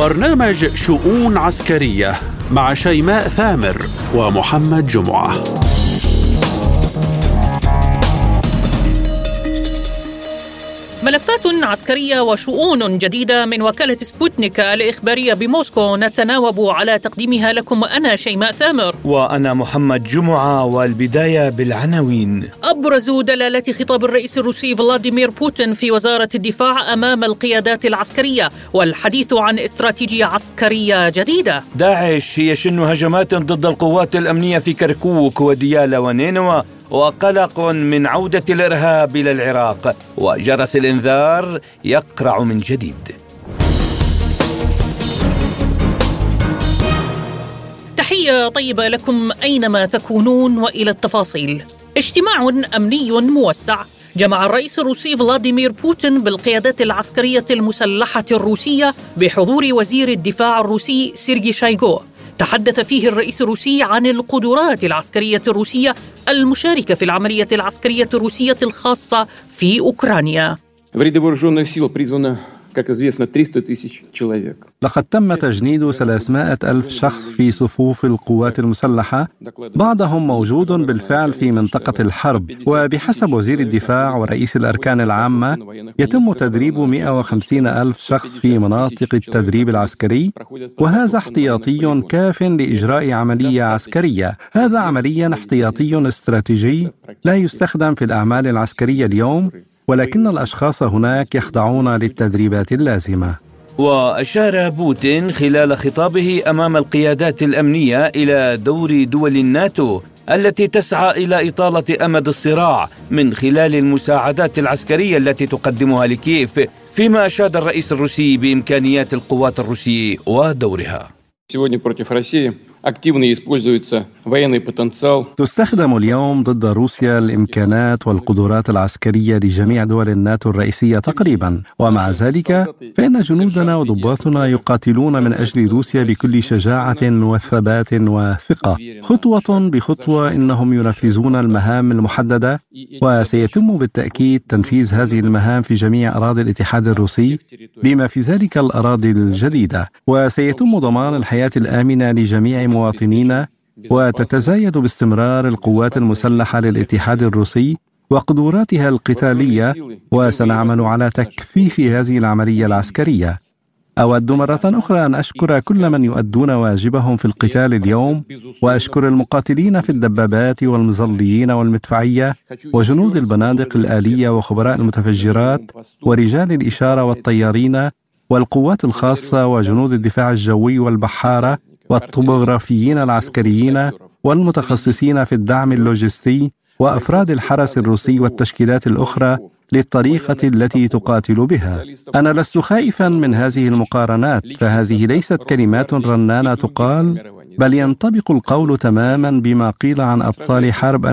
برنامج شؤون عسكرية مع شيماء ثامر ومحمد جمعة. ملفات عسكرية وشؤون جديدة من وكالة سبوتنيك الإخبارية بموسكو نتناوب على تقديمها لكم. أنا شيماء ثامر وأنا محمد جمعة، والبداية بالعناوين. أبرز دلالات خطاب الرئيس الروسي فلاديمير بوتين في وزارة الدفاع أمام القيادات العسكرية، والحديث عن استراتيجية عسكرية جديدة. داعش يشن هجمات ضد القوات الأمنية في كركوك وديالا ونينوى، وقلق من عودة الإرهاب إلى العراق، وجرس الإنذار يقرع من جديد. تحية طيبة لكم أينما تكونون، وإلى التفاصيل. اجتماع أمني موسع جمع الرئيس الروسي فلاديمير بوتين بالقيادات العسكرية المسلحة الروسية بحضور وزير الدفاع الروسي سيرجي شايغو. تحدث فيه الرئيس الروسي عن القدرات العسكرية الروسية المشاركة في العملية العسكرية الروسية الخاصة في أوكرانيا. لقد تم تجنيد 300,000 شخص في صفوف القوات المسلحة، بعضهم موجود بالفعل في منطقة الحرب، وبحسب وزير الدفاع ورئيس الأركان العامة يتم تدريب 150,000 شخص في مناطق التدريب العسكري، وهذا احتياطي كاف لإجراء عملية عسكرية. هذا عمليا احتياطي استراتيجي لا يستخدم في الأعمال العسكرية اليوم، ولكن الأشخاص هناك يخضعون للتدريبات اللازمة. وأشار بوتين خلال خطابه أمام القيادات الأمنية إلى دور دول الناتو التي تسعى إلى إطالة أمد الصراع من خلال المساعدات العسكرية التي تقدمها لكييف، فيما أشاد الرئيس الروسي بإمكانيات القوات الروسية ودورها. تستخدم اليوم ضد روسيا الإمكانات والقدرات العسكرية لجميع دول الناتو الرئيسية تقريبا، ومع ذلك فإن جنودنا وضباطنا يقاتلون من أجل روسيا بكل شجاعة وثبات وثقة. خطوة بخطوة إنهم ينفذون المهام المحددة، وسيتم بالتأكيد تنفيذ هذه المهام في جميع أراضي الاتحاد الروسي بما في ذلك الأراضي الجديدة، وسيتم ضمان الحياة الآمنة لجميع مواطنينا. وتتزايد باستمرار القوات المسلحة للاتحاد الروسي وقدراتها القتالية، وسنعمل على تكثيف هذه العملية العسكرية. أود مرة أخرى أن أشكر كل من يؤدون واجبهم في القتال اليوم، وأشكر المقاتلين في الدبابات والمظليين والمدفعية وجنود البنادق الآلية وخبراء المتفجرات ورجال الإشارة والطيارين والقوات الخاصة وجنود الدفاع الجوي والبحارة والطبوغرافيين العسكريين والمتخصصين في الدعم اللوجستي وأفراد الحرس الروسي والتشكيلات الأخرى للطريقة التي تقاتل بها. أنا لست خائفا من هذه المقارنات، فهذه ليست كلمات رنانة تقال، بل ينطبق القول تماما بما قيل عن أبطال حرب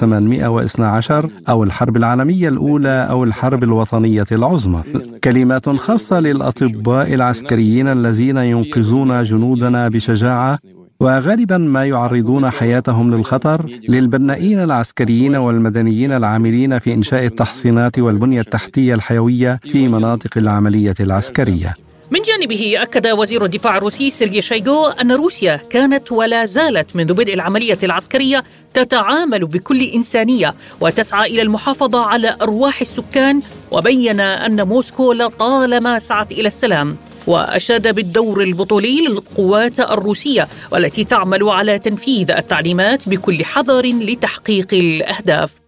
1812 أو الحرب العالمية الأولى أو الحرب الوطنية العظمى. كلمات خاصة للأطباء العسكريين الذين ينقذون جنودنا بشجاعة وغالبا ما يعرضون حياتهم للخطر، للبنائين العسكريين والمدنيين العاملين في إنشاء التحصينات والبنية التحتية الحيوية في مناطق العملية العسكرية. من جانبه أكد وزير الدفاع الروسي سيرجي شايغو أن روسيا كانت ولا زالت منذ بدء العملية العسكرية تتعامل بكل إنسانية وتسعى إلى المحافظة على أرواح السكان، وبين أن موسكو لطالما سعت إلى السلام. وأشاد بالدور البطولي للقوات الروسية والتي تعمل على تنفيذ التعليمات بكل حذر لتحقيق الأهداف.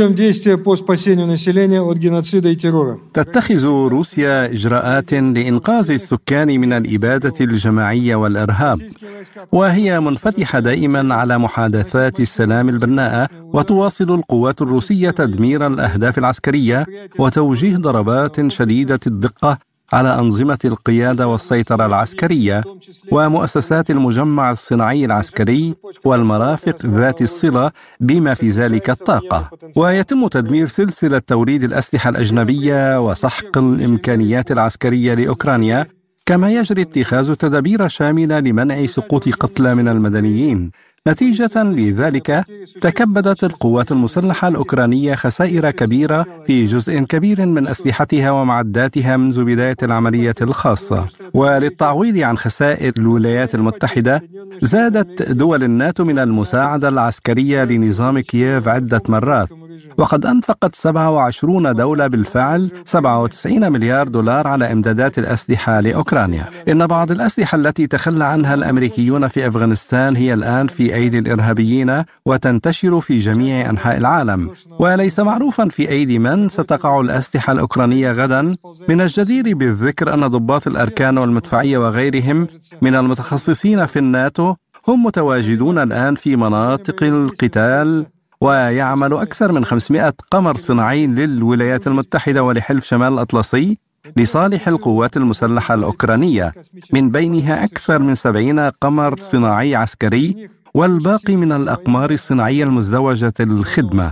تتخذ روسيا إجراءات لإنقاذ السكان من الإبادة الجماعية والإرهاب، وهي منفتحة دائما على محادثات السلام البناءة، وتواصل القوات الروسية تدمير الأهداف العسكرية وتوجيه ضربات شديدة الدقة على أنظمة القيادة والسيطرة العسكرية ومؤسسات المجمع الصناعي العسكري والمرافق ذات الصلة بما في ذلك الطاقة. ويتم تدمير سلسلة توريد الأسلحة الأجنبية وسحق الإمكانيات العسكرية لأوكرانيا، كما يجري اتخاذ تدابير شاملة لمنع سقوط قتلى من المدنيين. نتيجة لذلك تكبدت القوات المسلحة الأوكرانية خسائر كبيرة في جزء كبير من أسلحتها ومعداتها منذ بداية العملية الخاصة. وللتعويض عن خسائر الولايات المتحدة زادت دول الناتو من المساعدة العسكرية لنظام كييف عدة مرات، وقد أنفقت 27 دولة بالفعل 97 مليار دولار على إمدادات الأسلحة لأوكرانيا. إن بعض الأسلحة التي تخلى عنها الأمريكيون في أفغانستان هي الآن في أيدي الإرهابيين وتنتشر في جميع أنحاء العالم، وليس معروفا في أيدي من ستقع الأسلحة الأوكرانية غدا. من الجدير بالذكر أن ضباط الأركان والمدفعية وغيرهم من المتخصصين في الناتو هم متواجدون الآن في مناطق القتال، ويعمل أكثر من 500 قمر صناعي للولايات المتحدة ولحلف شمال الأطلسي لصالح القوات المسلحة الأوكرانية، من بينها أكثر من 70 قمر صناعي عسكري والباقي من الأقمار الصناعية المزدوجة الخدمة.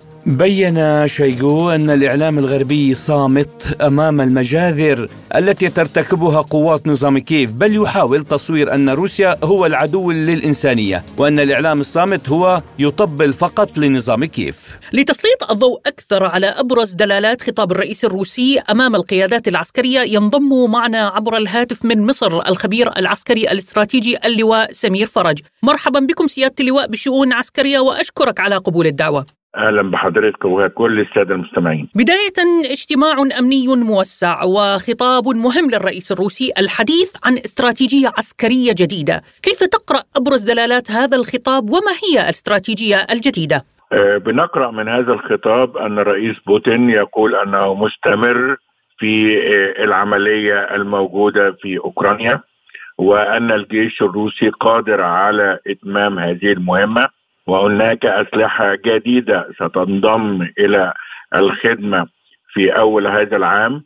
بيّن شويغو أن الإعلام الغربي صامت أمام المجازر التي ترتكبها قوات نظام كييف، بل يحاول تصوير أن روسيا هو العدو للإنسانية، وأن الإعلام الصامت هو يطبل فقط لنظام كييف. لتسليط الضوء أكثر على أبرز دلالات خطاب الرئيس الروسي أمام القيادات العسكرية ينضم معنا عبر الهاتف من مصر الخبير العسكري الاستراتيجي اللواء سمير فرج. مرحبا بكم سيادة اللواء بشؤون عسكرية، وأشكرك على قبول الدعوة. أهلا بحضرتك وكل السادة المستمعين. بداية، اجتماع أمني موسع وخطاب مهم للرئيس الروسي، الحديث عن استراتيجية عسكرية جديدة. كيف تقرأ أبرز دلالات هذا الخطاب وما هي الاستراتيجية الجديدة؟ بنقرأ من هذا الخطاب أن الرئيس بوتين يقول أنه مستمر في العملية الموجودة في أوكرانيا، وأن الجيش الروسي قادر على إتمام هذه المهمة، وهناك أسلحة جديدة ستنضم إلى الخدمة في أول هذا العام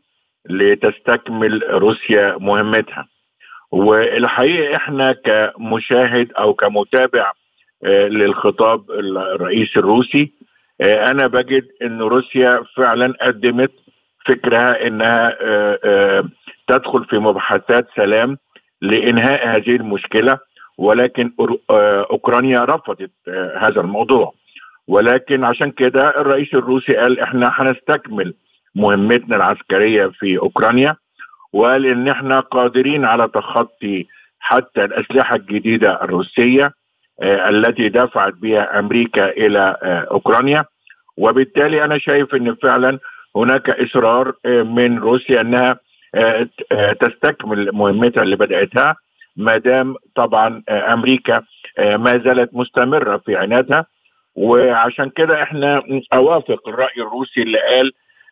لتستكمل روسيا مهمتها. والحقيقة إحنا كمشاهد أو كمتابع للخطاب الرئيس الروسي، أنا بجد أن روسيا فعلا قدمت فكرها أنها تدخل في مباحثات سلام لإنهاء هذه المشكلة، ولكن أوكرانيا رفضت هذا الموضوع. ولكن عشان كده الرئيس الروسي قال احنا هنستكمل مهمتنا العسكرية في أوكرانيا، وقال ان احنا قادرين على تخطي حتى الأسلحة الجديدة الروسية التي دفعت بها أمريكا إلى أوكرانيا. وبالتالي أنا شايف ان فعلا هناك إصرار من روسيا انها تستكمل مهمتها اللي بدأتها، ما دام طبعا امريكا ما زالت مستمره في عنادها. وعشان كده احنا اوافق الراي الروسي اللي قال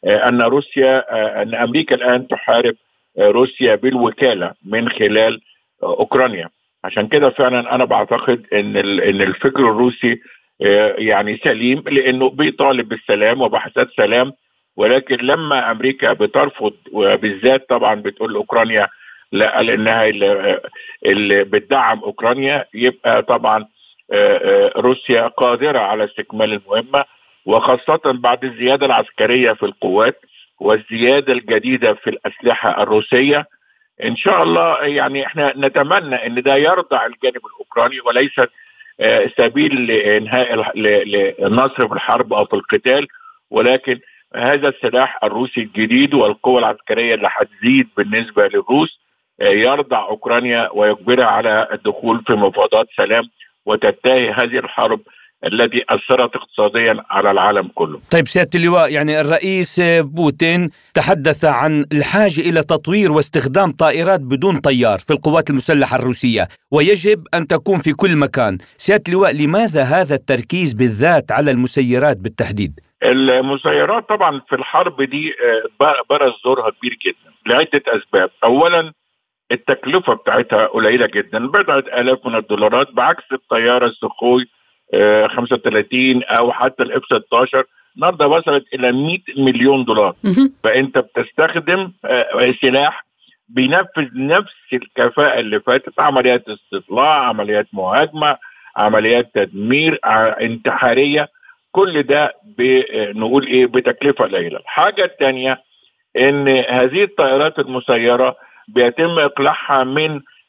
ان امريكا الان تحارب روسيا بالوكاله من خلال اوكرانيا. عشان كده فعلا انا بعتقد ان الفكر الروسي يعني سليم، لانه بيطالب بالسلام وبحثات سلام، ولكن لما امريكا بترفض وبالذات طبعا بتقول اوكرانيا لا، لانها اللي بتدعم اوكرانيا، يبقى طبعا روسيا قادره على استكمال المهمه، وخاصه بعد الزياده العسكريه في القوات والزياده الجديده في الاسلحه الروسيه. ان شاء الله يعني احنا نتمنى ان ده يرضع الجانب الاوكراني وليس سبيل لانهاء النصر في الحرب او في القتال، ولكن هذا السلاح الروسي الجديد والقوة العسكرية اللي هتزيد بالنسبة للروس يرضع أوكرانيا ويجبرها على الدخول في مفاوضات سلام وتنتهي هذه الحرب التي أثرت اقتصاديا على العالم كله. طيب سيادة اللواء، يعني الرئيس بوتين تحدث عن الحاجة إلى تطوير واستخدام طائرات بدون طيار في القوات المسلحة الروسية، ويجب أن تكون في كل مكان. سيادة اللواء، لماذا هذا التركيز بالذات على المسيرات بالتحديد؟ المسيرات طبعا في الحرب دي برز دورها كبير جدا لعدة أسباب. أولا التكلفة بتاعتها قليلة جدا، بضعة آلاف من الدولارات، بعكس الطيارة السخوي 35 أو حتى الإف 16 النهارده وصلت إلى 100 مليون دولار. فأنت بتستخدم سلاح بينفذ نفس الكفاءة اللي فاتت، عمليات استطلاع، عمليات مهاجمة، عمليات تدمير، انتحارية، كل ده بنقول ايه بتكلفة قليلة. الحاجة الثانية ان هذه الطائرات المسيرة بيتم اقلاعها من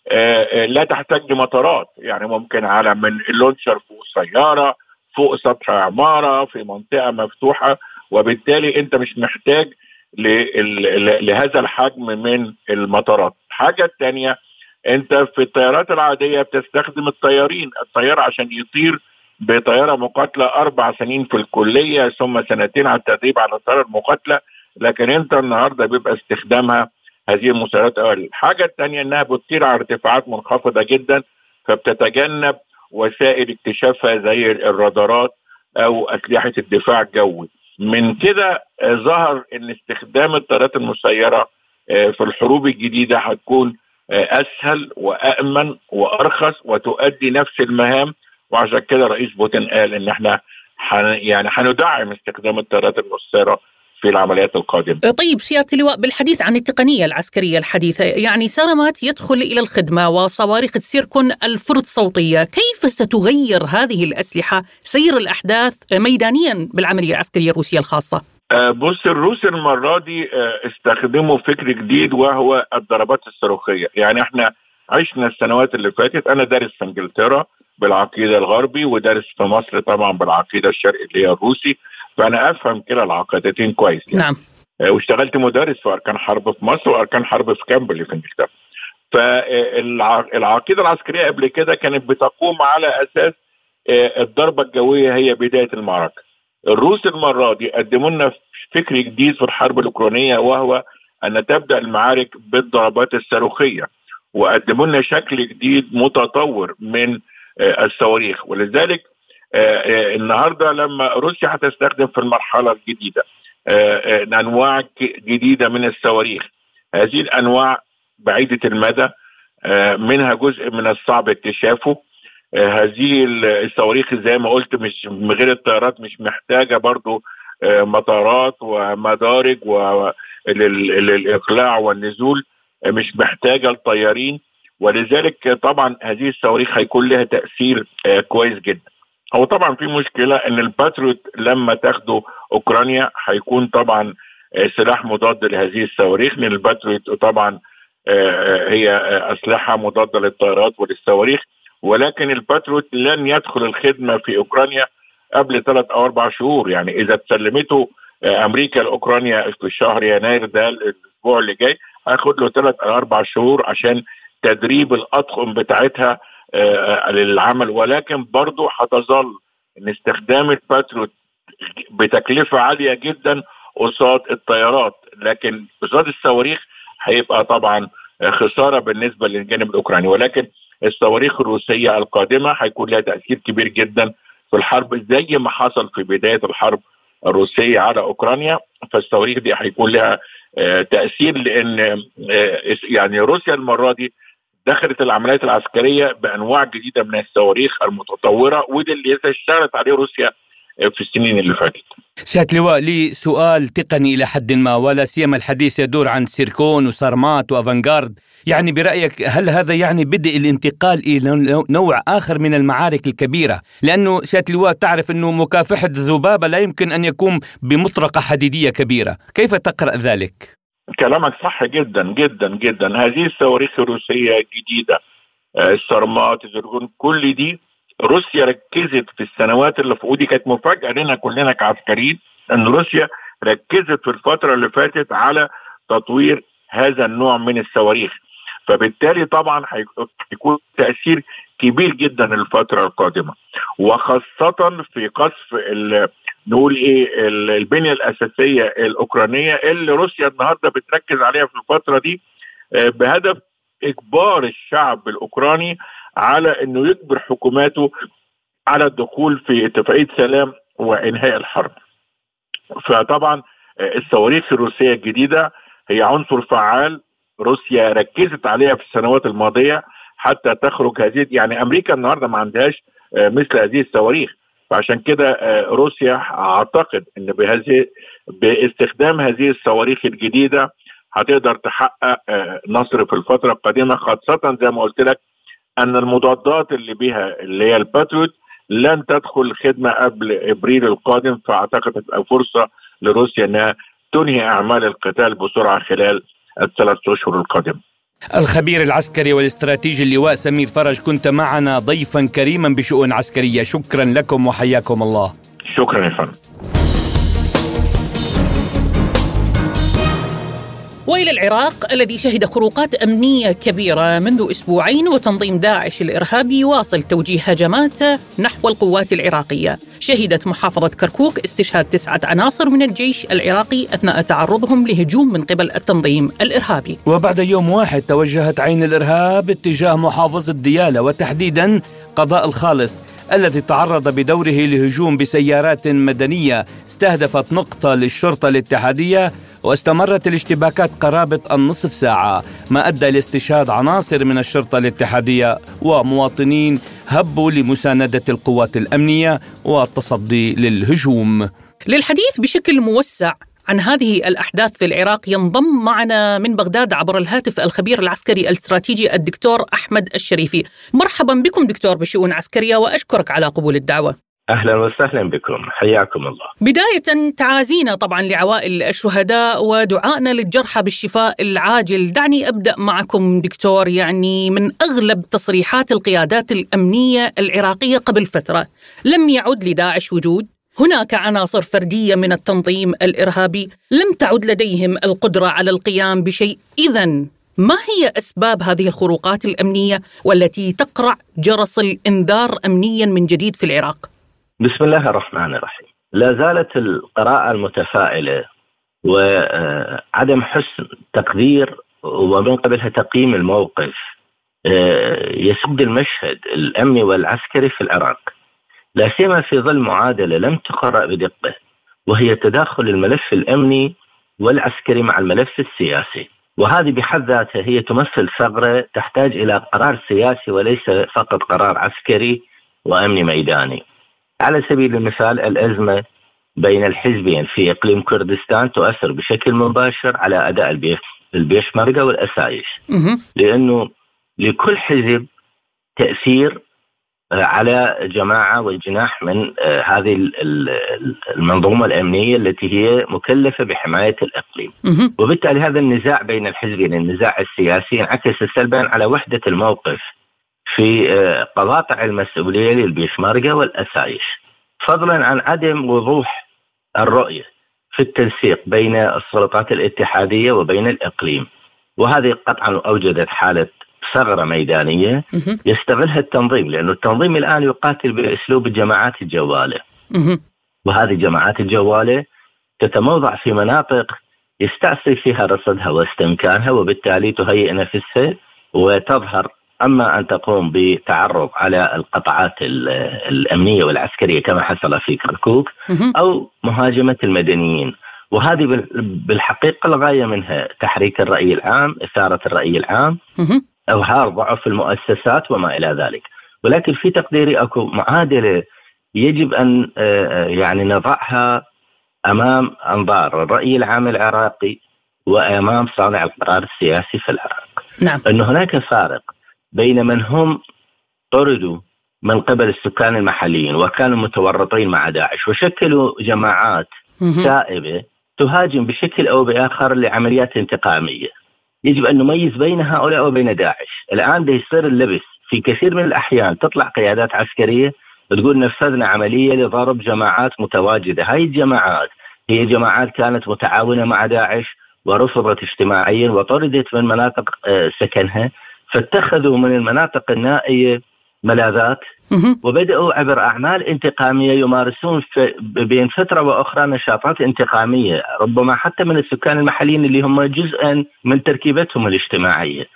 لا تحتاج لمطارات، يعني ممكن على من اللونشر فوق سيارة، فوق سطح عمارة، في منطقة مفتوحة، وبالتالي انت مش محتاج لهذا الحجم من المطارات. الحاجة الثانية، انت في الطيارات العادية بتستخدم الطيار عشان يطير بطيارة مقاتلة 4 سنين في الكلية ثم 2 على التدريب على الطيارة المقاتلة، لكن انت النهاردة بيبقى استخدامها هذه المسيرات أقل. الحاجة الثانية انها بتطير على ارتفاعات منخفضة جدا، فبتتجنب وسائل اكتشافها زي الرادارات او اسلحة الدفاع الجوي. من كده ظهر ان استخدام الطيارات المسيرة في الحروب الجديدة هتكون اسهل وامن وارخص وتؤدي نفس المهام، وعشان كده رئيس بوتين قال ان احنا هندعم استخدام الطيارات المسيرة في العمليات القادمة. طيب سيادة اللواء، بالحديث عن التقنية العسكرية الحديثة، يعني سارمات يدخل إلى الخدمة وصواريخ تسيركون الفرد صوتية، كيف ستغير هذه الأسلحة سير الأحداث ميدانيا بالعملية العسكرية الروسية الخاصة؟ بص، الروس المرة دي استخدموا فكر جديد وهو الضربات الصاروخية. يعني احنا عشنا السنوات اللي فاتت، انا دارس في انجلترا بالعقيدة الغربي ودارس في مصر طبعا بالعقيدة الشرقي اللي هي الروسي، فانا افهم كلا العقيدتين كويس يعني. نعم. واشتغلت مدرس في اركان حرب في مصر واركان حرب في كامبرلي في انجلترا. فالعقيدة العسكرية قبل كده كانت بتقوم على اساس الضربة الجوية هي بداية المعركة. الروس المرة دي قدموا لنا فكر جديد في الحرب الأوكرانية، وهو أن تبدأ المعارك بالضربات الصاروخية، وقدموا لنا شكل جديد متطور من الصواريخ. ولذلك النهاردة لما روسيا هتستخدم في المرحلة الجديدة أنواع جديدة من الصواريخ، هذه الأنواع بعيدة المدى، منها جزء من الصعب اكتشافه. هذه الصواريخ زي ما قلت مش غير الطيارات مش محتاجة برضو مطارات ومدارج للإقلاع والنزول، مش محتاجة الطيارين، ولذلك طبعا هذه الصواريخ هيكون لها تأثير كويس جدا. هو طبعا في مشكلة ان الباتريوت لما تاخده أوكرانيا هيكون طبعا سلاح مضاد لهذه الصواريخ، لأن الباتريوت طبعا هي أسلحة مضادة للطيارات وللصواريخ، ولكن الباتريوت لن يدخل الخدمة في أوكرانيا قبل 3 أو 4 شهور. يعني إذا تسلمته أمريكا لأوكرانيا في شهر يناير ده الأسبوع اللي جاي، هياخد له 3 أو 4 شهور عشان تدريب الأطقم بتاعتها للعمل. ولكن برضو هتظل ان استخدام الباتريوت بتكلفة عالية جدا قصاد الطيارات، لكن قصاد الصواريخ هيبقى طبعا خسارة بالنسبة للجانب الأوكراني. ولكن الصواريخ الروسية القادمة هيكون لها تأثير كبير جدا في الحرب، زي ما حصل في بداية الحرب الروسية على أوكرانيا. فالصواريخ دي هيكون لها تأثير، لأن يعني روسيا المرة دي دخلت العمليات العسكرية بأنواع جديدة من الصواريخ المتطورة، وده اللي اشتغلت عليه روسيا في السنين اللي فاتت. سيادة اللواء، لي سؤال تقني إلى حد ما، ولا سيما الحديث يدور عن سيركون وسارمات وأفانغارد. يعني برأيك هل هذا يعني بدء الانتقال إلى نوع آخر من المعارك الكبيرة؟ لأنه سيادة اللواء تعرف أنه مكافحة الذبابة لا يمكن أن يكون بمطرقة حديدية كبيرة، كيف تقرأ ذلك؟ كلامك صح جدا جدا جدا. هذه الصواريخ الروسية الجديدة، السارمات، الزرغون، كل دي روسيا ركزت في السنوات اللي فوق، ودي كانت مفاجأة لنا كلنا كعسكريين، ان روسيا ركزت في الفترة اللي فاتت على تطوير هذا النوع من الصواريخ. فبالتالي طبعا هيكون تأثير كبير جدا الفترة القادمة، وخاصة في قصف نقول ايه البنية الأساسية الأوكرانية اللي روسيا النهاردة بتركز عليها في الفترة دي، بهدف إجبار الشعب الأوكراني على أنه يجبر حكوماته على الدخول في اتفاقية سلام وإنهاء الحرب. فطبعا الصواريخ الروسية الجديدة هي عنصر فعال روسيا ركزت عليها في السنوات الماضية حتى تخرج هذه. يعني أمريكا النهاردة ما عندهاش مثل هذه الصواريخ، فعشان كده روسيا أعتقد أن باستخدام هذه الصواريخ الجديدة هتقدر تحقق نصر في الفترة القادمة، خاصة زي ما قلت لك أن المضادات اللي هي الباتريوت لن تدخل خدمة قبل إبريل القادم، فأعتقد تبقى فرصة لروسيا أنها تنهي أعمال القتال بسرعة خلال ال3 أشهر القادمة. الخبير العسكري والاستراتيجي اللواء سمير فرج، كنت معنا ضيفا كريما بشؤون عسكرية. شكرا لكم وحياكم الله. شكرا يا فندم. وإلى العراق الذي شهد خروقات أمنية كبيرة منذ أسبوعين، وتنظيم داعش الإرهابي يواصل توجيه هجمات نحو القوات العراقية. شهدت محافظة كركوك استشهاد 9 عناصر من الجيش العراقي أثناء تعرضهم لهجوم من قبل التنظيم الإرهابي. وبعد يوم واحد توجهت عين الإرهاب اتجاه محافظة ديالى، وتحديدا قضاء الخالص الذي تعرض بدوره لهجوم بسيارات مدنية استهدفت نقطة للشرطة الاتحادية، واستمرت الاشتباكات قرابة النصف ساعة، ما أدى لاستشهاد عناصر من الشرطة الاتحادية، ومواطنين هبوا لمساندة القوات الأمنية والتصدي للهجوم. للحديث بشكل موسع عن هذه الأحداث في العراق ينضم معنا من بغداد عبر الهاتف الخبير العسكري الاستراتيجي الدكتور أحمد الشريفي. مرحبا بكم دكتور بشؤون عسكرية، وأشكرك على قبول الدعوة. أهلا وسهلا بكم، حياكم الله. بداية تعازينا طبعا لعوائل الشهداء ودعائنا للجرحى بالشفاء العاجل. دعني أبدأ معكم دكتور، يعني من أغلب تصريحات القيادات الأمنية العراقية قبل فترة لم يعد لداعش وجود، هناك عناصر فردية من التنظيم الإرهابي لم تعد لديهم القدرة على القيام بشيء. إذن ما هي أسباب هذه الخروقات الأمنية والتي تقرع جرس الإنذار أمنيا من جديد في العراق؟ بسم الله الرحمن الرحيم. لا زالت القراءة المتفائلة وعدم حسن تقدير ومن قبلها تقييم الموقف يسد المشهد الأمني والعسكري في العراق، لا سيما في ظل معادلة لم تقرأ بدقة، وهي تداخل الملف الأمني والعسكري مع الملف السياسي. وهذه بحد ذاتها هي تمثل ثغرة تحتاج إلى قرار سياسي وليس فقط قرار عسكري وأمني ميداني. على سبيل المثال، الأزمة بين الحزبين في إقليم كردستان تؤثر بشكل مباشر على أداء البيشمركة والأسايش، لأنه لكل حزب تأثير على جماعة والجناح من هذه المنظومة الأمنية التي هي مكلفة بحماية الإقليم. وبالتالي هذا النزاع بين الحزبين، النزاع السياسي، انعكس سلبا على وحدة الموقف في قواطع المسؤولية للبيشمركة والأسايش، فضلا عن عدم وضوح الرؤية في التنسيق بين السلطات الاتحادية وبين الإقليم. وهذه قطعا أوجدت حالة ثغرة ميدانية يستغلها التنظيم، لأنه التنظيم الآن يقاتل بأسلوب الجماعات الجوالة، وهذه الجماعات الجوالة تتموضع في مناطق يستعصي فيها رصدها واستمكانها، وبالتالي تهيئ نفسها وتظهر، أما أن تقوم بتعرض على القطاعات الأمنية والعسكرية كما حصل في كركوك، أو مهاجمة المدنيين. وهذه بالحقيقة الغاية منها تحريك الرأي العام، إثارة الرأي العام، إظهار ضعف المؤسسات وما إلى ذلك. ولكن في تقديري أكو معادلة يجب أن يعني نضعها أمام أنظار الرأي العام العراقي وأمام صانع القرار السياسي في العراق. نعم. أن هناك فارق بين من هم طردوا من قبل السكان المحليين وكانوا متورطين مع داعش وشكلوا جماعات سائبة تهاجم بشكل أو بآخر لعمليات انتقامية. يجب أن نميز بين هؤلاء وبين داعش. الآن ده يصير اللبس في كثير من الأحيان، تطلع قيادات عسكرية تقول نفذنا عملية لضرب جماعات متواجدة. هاي الجماعات هي جماعات كانت متعاونة مع داعش ورفضت اجتماعيا وطردت من مناطق سكنها، فاتخذوا من المناطق النائية ملاذات وبدأوا عبر أعمال انتقامية يمارسون بين فترة وأخرى نشاطات انتقامية، ربما حتى من السكان المحليين اللي هم جزءا من تركيبتهم الاجتماعية.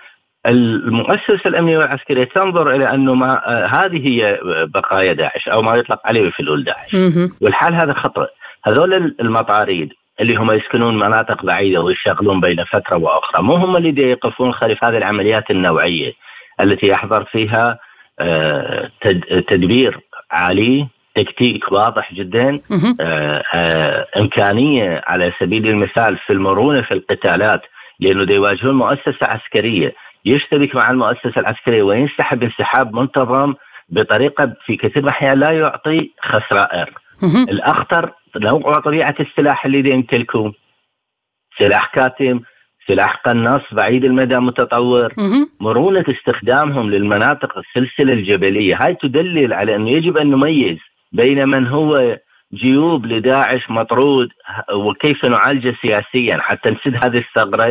المؤسسة الأمنية والعسكرية تنظر إلى أنه هذه هي بقايا داعش أو ما يطلق عليه بفلول داعش، والحال هذا خطأ. هذول المطاريد اللي هم يسكنون مناطق بعيدة ويشغلون بين فترة وأخرى مو هم اللي يقفون خلف هذه العمليات النوعية التي يحضر فيها تدبير عالي، تكتيك واضح جدا، إمكانية على سبيل المثال في المرونة في القتالات، لأنه يواجهون مؤسسة عسكرية يشتبك مع المؤسسة العسكرية وينسحب انسحاب منتظم بطريقة في كثير من الأحيان لا يعطي خسائر. الأخطر نوع وطبيعة السلاح اللي يمتلكه، سلاح كاتم، سلاح قناص بعيد المدى متطور، مرونة استخدامهم للمناطق السلسلة الجبلية. هاي تدلل على أنه يجب أن نميز بين من هو جيوب لداعش مطرود وكيف نعالجه سياسيا حتى نسد هذه الثغرة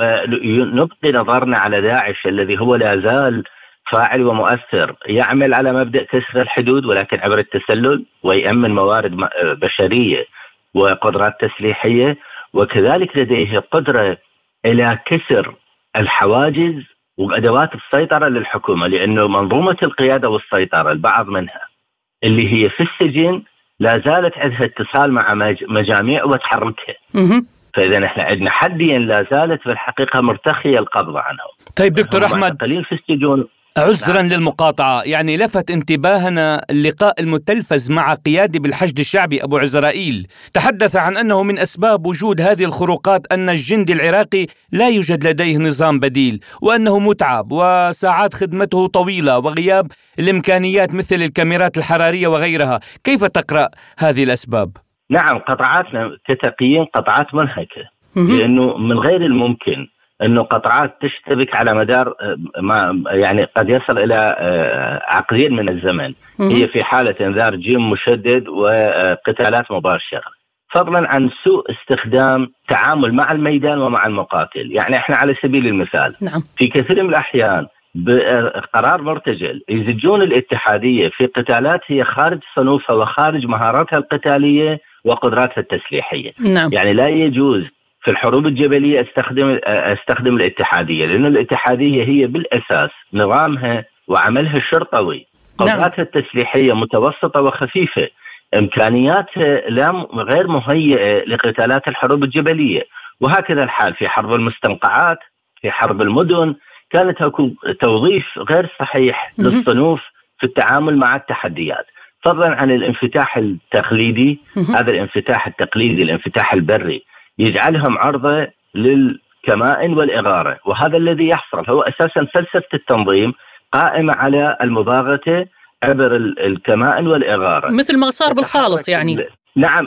ونبقي نظرنا على داعش الذي هو لا زال فاعل ومؤثر، يعمل على مبدأ كسر الحدود ولكن عبر التسلل، ويأمن موارد بشرية وقدرات تسليحية، وكذلك لديه قدرة إلى كسر الحواجز وأدوات السيطرة للحكومة، لأنه منظومة القيادة والسيطرة البعض منها اللي هي في السجن لا زالت عندها اتصال مع مجاميع وتحركها. فإذا احنا عندنا حديا لا زالت في الحقيقة مرتخية القبض عنهم. طيب دكتور أحمد، قليل في السجون. عذرا للمقاطعة، يعني لفت انتباهنا اللقاء المتلفز مع قيادي بالحشد الشعبي أبو عزرائيل، تحدث عن أنه من أسباب وجود هذه الخروقات أن الجندي العراقي لا يوجد لديه نظام بديل، وأنه متعب وساعات خدمته طويلة وغياب الإمكانيات مثل الكاميرات الحرارية وغيرها. كيف تقرأ هذه الأسباب؟ نعم، قطعاتنا كتقييم قطعات منهكة، لأنه من غير الممكن أنه قطعات تشتبك على مدار ما يعني قد يصل إلى عقدين من الزمن. هي في حالة انذار جيم مشدد وقتالات مباشرة، فضلا عن سوء استخدام تعامل مع الميدان ومع المقاتل. يعني احنا على سبيل المثال في كثير من الأحيان بقرار مرتجل يزجون الاتحادية في قتالات هي خارج صنوفها وخارج مهاراتها القتالية وقدراتها التسليحية. يعني لا يجوز في الحروب الجبلية استخدم الاتحادية، لأن الاتحادية هي بالأساس نظامها وعملها الشرطوي، قدراتها التسليحية متوسطة وخفيفة، إمكانياتها غير مهيئة لقتالات الحروب الجبلية. وهكذا الحال في حرب المستنقعات، في حرب المدن، كانت توظيف غير صحيح للصنوف في التعامل مع التحديات، فضلا عن الانفتاح التقليدي. هذا الانفتاح التقليدي، الانفتاح البري، يجعلهم عرضة للكمائن والإغارة، وهذا الذي يحصل. هو أساسا فلسفة التنظيم قائمة على المباغتة عبر الكمائن والإغارة، مثل ما صار بالخالص يعني. نعم،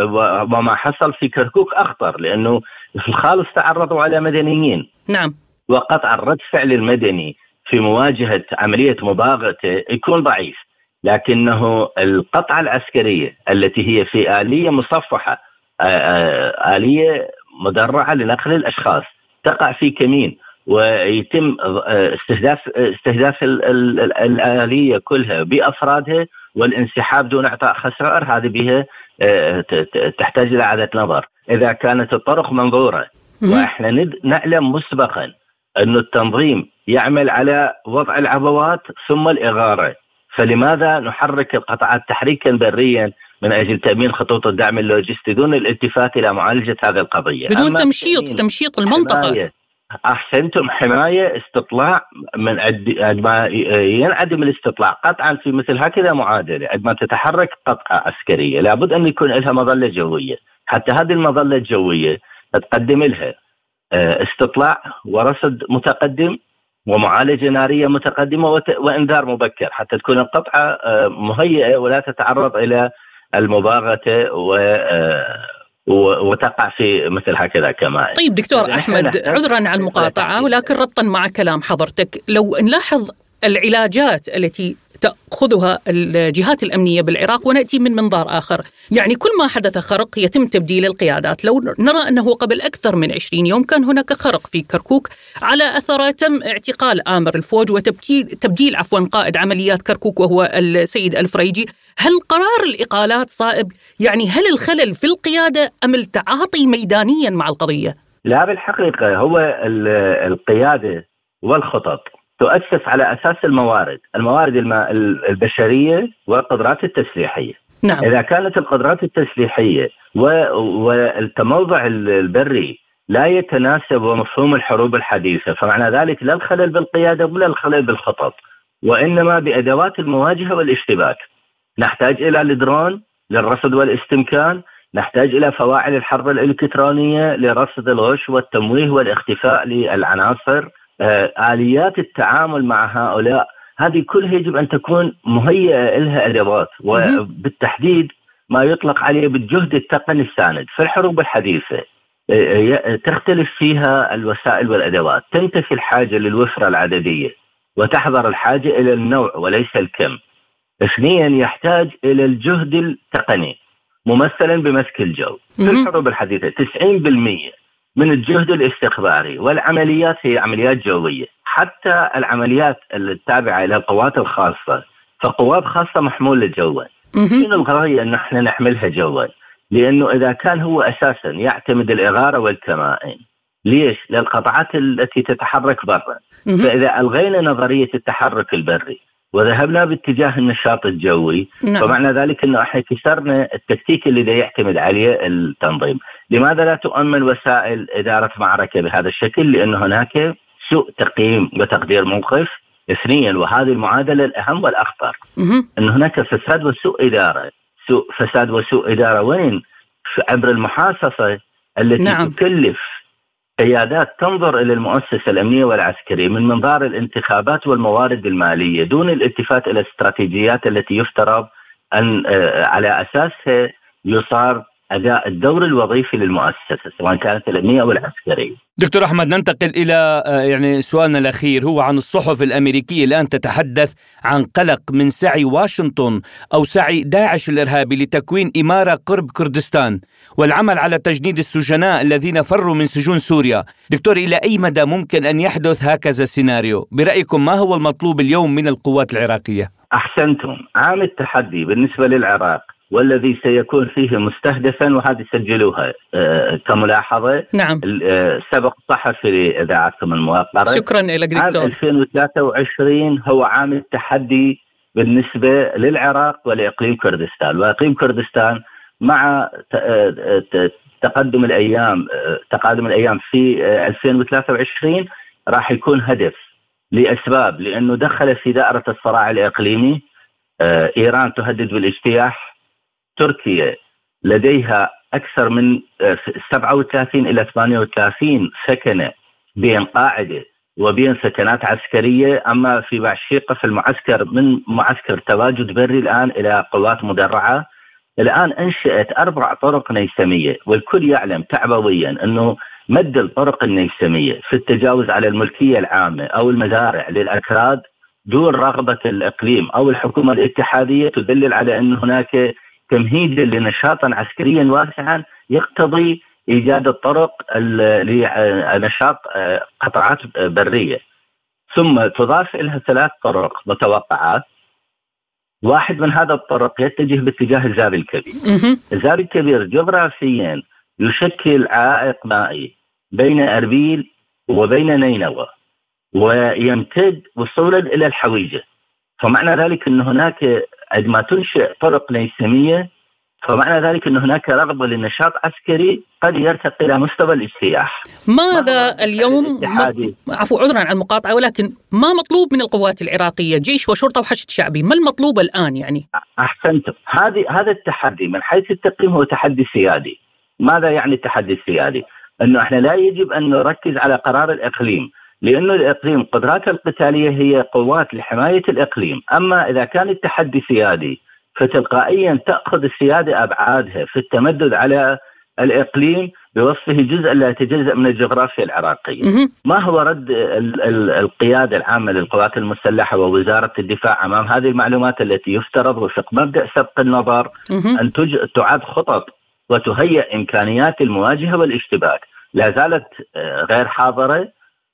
وما حصل في كركوك أخطر، لأنه في الخالص تعرضوا على مدنيين. نعم، وقطع الرد فعل المدني في مواجهة عملية مباغتة يكون ضعيف، لكنه القطعة العسكرية التي هي في آلية مصفحة، آلية مدرعة لنقل الأشخاص، تقع في كمين ويتم استهداف الآلية كلها بأفرادها والانسحاب دون إعطاء خسائر، هذه بها تحتاج إلى إعادة نظر. إذا كانت الطرق منظورة، وإحنا نعلم مسبقا أن التنظيم يعمل على وضع العبوات ثم الإغارة، فلماذا نحرك القطاعات تحريكا بريا من أجل تأمين خطوط الدعم اللوجستي دون الالتفات إلى معالجة هذه القضية بدون تمشيط المنطقة؟ أحسنتم، حماية، استطلاع. من عندما ينعدم الاستطلاع قطعا في مثل هكذا معادلة، عندما تتحرك قطعة عسكرية لابد أن يكون لها مظلة جوية، حتى هذه المظلة الجوية تقدم لها استطلاع ورصد متقدم ومعالجة نارية متقدمة وإنذار مبكر، حتى تكون القطعة مهيئة ولا تتعرض إلى المباغتة وتقع في مثل هكذا كمان. طيب دكتور أحمد، عذرا عن المقاطعة، ولكن ربطا مع كلام حضرتك، لو نلاحظ العلاجات التي تأخذها الجهات الأمنية بالعراق ونأتي من منظار آخر، يعني كل ما حدث خرق يتم تبديل القيادات. لو نرى أنه قبل أكثر من 20 يوم كان هناك خرق في كركوك، على أثره تم اعتقال آمر الفوج وتبديل قائد عمليات كركوك وهو السيد الفريجي. هل قرار الإقالات صائب؟ يعني هل الخلل في القيادة أم التعاطي ميدانيا مع القضية؟ لا، بالحقيقة هو القيادة والخطط تؤسس على أساس الموارد البشرية والقدرات التسليحية. نعم. إذا كانت القدرات التسليحية والتموضع البري لا يتناسب ومفهوم الحروب الحديثة، فمعنى ذلك لا الخلل بالقيادة ولا الخلل بالخطط، وإنما بأدوات المواجهة والاشتباك. نحتاج إلى الدرون للرصد والاستمكان، نحتاج إلى فواعل الحرب الإلكترونية لرصد الغش والتمويه والاختفاء للعناصر. آليات التعامل مع هؤلاء هذه كلها يجب أن تكون مهيئة لها أدوات، وبالتحديد ما يطلق عليه بالجهد التقني الساند. في الحروب الحديثة تختلف فيها الوسائل والأدوات، تنتفي الحاجة للوفرة العددية وتحضر الحاجة إلى النوع وليس الكم. اثنيا يحتاج إلى الجهد التقني ممثلا بمسك الجو. في الحروب الحديثة 90% من الجهد الاستخباري والعمليات هي عمليات جوية، حتى العمليات التابعة إلى القوات الخاصة فقوات خاصة محمولة جوا. شنو الغاية أن احنا نحملها جوا؟ لأنه إذا كان هو أساسا يعتمد الإغارة والكمائن، ليش؟ للقطعات التي تتحرك برا. فإذا ألغينا نظرية التحرك البري وذهبنا باتجاه النشاط الجوي فمعنى ذلك أنه احنا كسرنا التكتيك اللي دا يعتمد عليه التنظيم. لماذا لا تؤمن وسائل إدارة معركة بهذا الشكل؟ لأن هناك سوء تقييم وتقدير موقف. اثنيا وهذه المعادلة الأهم والأخطر، أن هناك فساد وسوء إدارة. فساد وسوء إدارة وين؟ عبر المحاصصة التي تكلف قيادات تنظر إلى المؤسسة الأمنية والعسكرية من منظار الانتخابات والموارد المالية دون الالتفات إلى الاستراتيجيات التي يفترض أن على أساسها يصار أداء الدور الوظيفي للمؤسسة سواء كانت الأمنية أو العسكرية. دكتور أحمد، ننتقل إلى سؤالنا الأخير، هو عن الصحف الأمريكية الآن تتحدث عن قلق من سعي واشنطن أو سعي داعش الإرهابي لتكوين إمارة قرب كردستان والعمل على تجنيد السجناء الذين فروا من سجون سوريا. دكتور، إلى أي مدى ممكن أن يحدث هكذا سيناريو؟ برأيكم ما هو المطلوب اليوم من القوات العراقية؟ أحسنتم. عام التحدي بالنسبة للعراق والذي سيكون فيه مستهدفا، وهذه سجلوها كملاحظة. نعم. سبق صحفي لإذاعتكم الموقرة. شكرا لك دكتور. عام 2023 هو عام التحدي بالنسبة للعراق ولإقليم كردستان، وإقليم كردستان مع تقدم الأيام في 2023 راح يكون هدف لأسباب، لأنه دخل في دائرة الصراع الإقليمي. إيران تهدد بالاجتياح، تركيا لديها أكثر من 37 إلى 38 سكنة بين قاعدة وبين سكنات عسكرية. أما في بعشيقة في المعسكر من معسكر تواجد بري الآن إلى قوات مدرعة. الآن أنشأت 4 طرق نيسمية، والكل يعلم تعبويا أنه مد الطرق النيسمية في التجاوز على الملكية العامة أو المزارع للأكراد دون رغبة الإقليم أو الحكومة الاتحادية تدلل على أن هناك تمهيد لنشاطا عسكريا واسعا يقتضي إيجاد الطرق لنشاط قطاعات برية. ثم تضاف إليها 3 طرق متوقعات. واحد من هذا الطرق يتجه باتجاه الزابي الكبير. الزابي الكبير جغرافيا يشكل عائق مائي بين أربيل وبين نينوى ويمتد وصولا إلى الحويجة. فمعنى ذلك أن هناك عندما تنشئ طرق نيسمية فمعنى ذلك أن هناك رغبة للنشاط عسكري قد يرتقي إلى مستوى الاجتياح. ماذا اليوم عذرا عن المقاطعة، ولكن ما مطلوب من القوات العراقية؟ جيش وشرطة وحشد شعبي، ما المطلوب الآن يعني؟ أحسنتم. هذا التحدي من حيث التقييم هو تحدي سيادي. ماذا يعني التحدي السيادي؟ أنه احنا لا يجب أن نركز على قرار الإقليم، لأنه الإقليم قدراته القتالية هي قوات لحماية الإقليم. أما إذا كان التحدي سيادي فتلقائيا تأخذ السيادة أبعادها في التمدد على الإقليم بوصفه جزء لا يتجزأ من الجغرافيا العراقية. ما هو رد القيادة العامة للقوات المسلحة ووزارة الدفاع أمام هذه المعلومات التي يفترض وفق مبدأ سبق النظر أن تعاد خطط وتهيئ إمكانيات المواجهة والاشتباك؟ لا زالت غير حاضرة.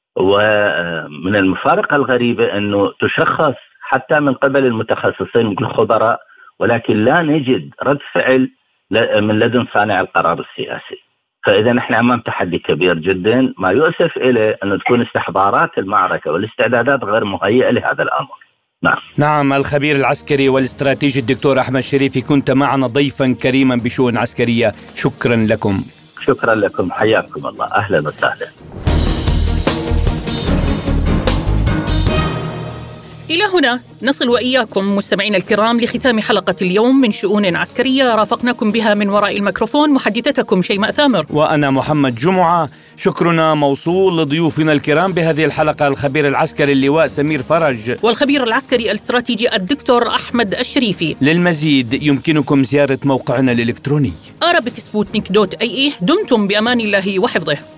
ومن المفارقة الغريبة أنه تشخص حتى من قبل المتخصصين الخبراء، ولكن لا نجد رد فعل من لدن صانع القرار السياسي. فإذا نحن أمام تحدي كبير جدا، ما يؤسف إليه أن تكون استحضارات المعركة والاستعدادات غير مهيئة لهذا الأمر. نعم. الخبير العسكري والاستراتيجي الدكتور أحمد شريفي، كنت معنا ضيفا كريما بشؤون عسكرية. شكرا لكم. شكرا لكم، حياكم الله، أهلا وسهلا. إلى هنا نصل وإياكم مستمعين الكرام لختام حلقة اليوم من شؤون عسكرية رافقناكم بها من وراء الميكروفون محدثتكم شيماء ثامر وأنا محمد جمعة. شكرنا موصول لضيوفنا الكرام بهذه الحلقة، الخبير العسكري اللواء سمير فرج والخبير العسكري الاستراتيجي الدكتور أحمد الشريفي. للمزيد يمكنكم زيارة موقعنا الإلكتروني arabicsputnik.ae. دمتم بأمان الله وحفظه.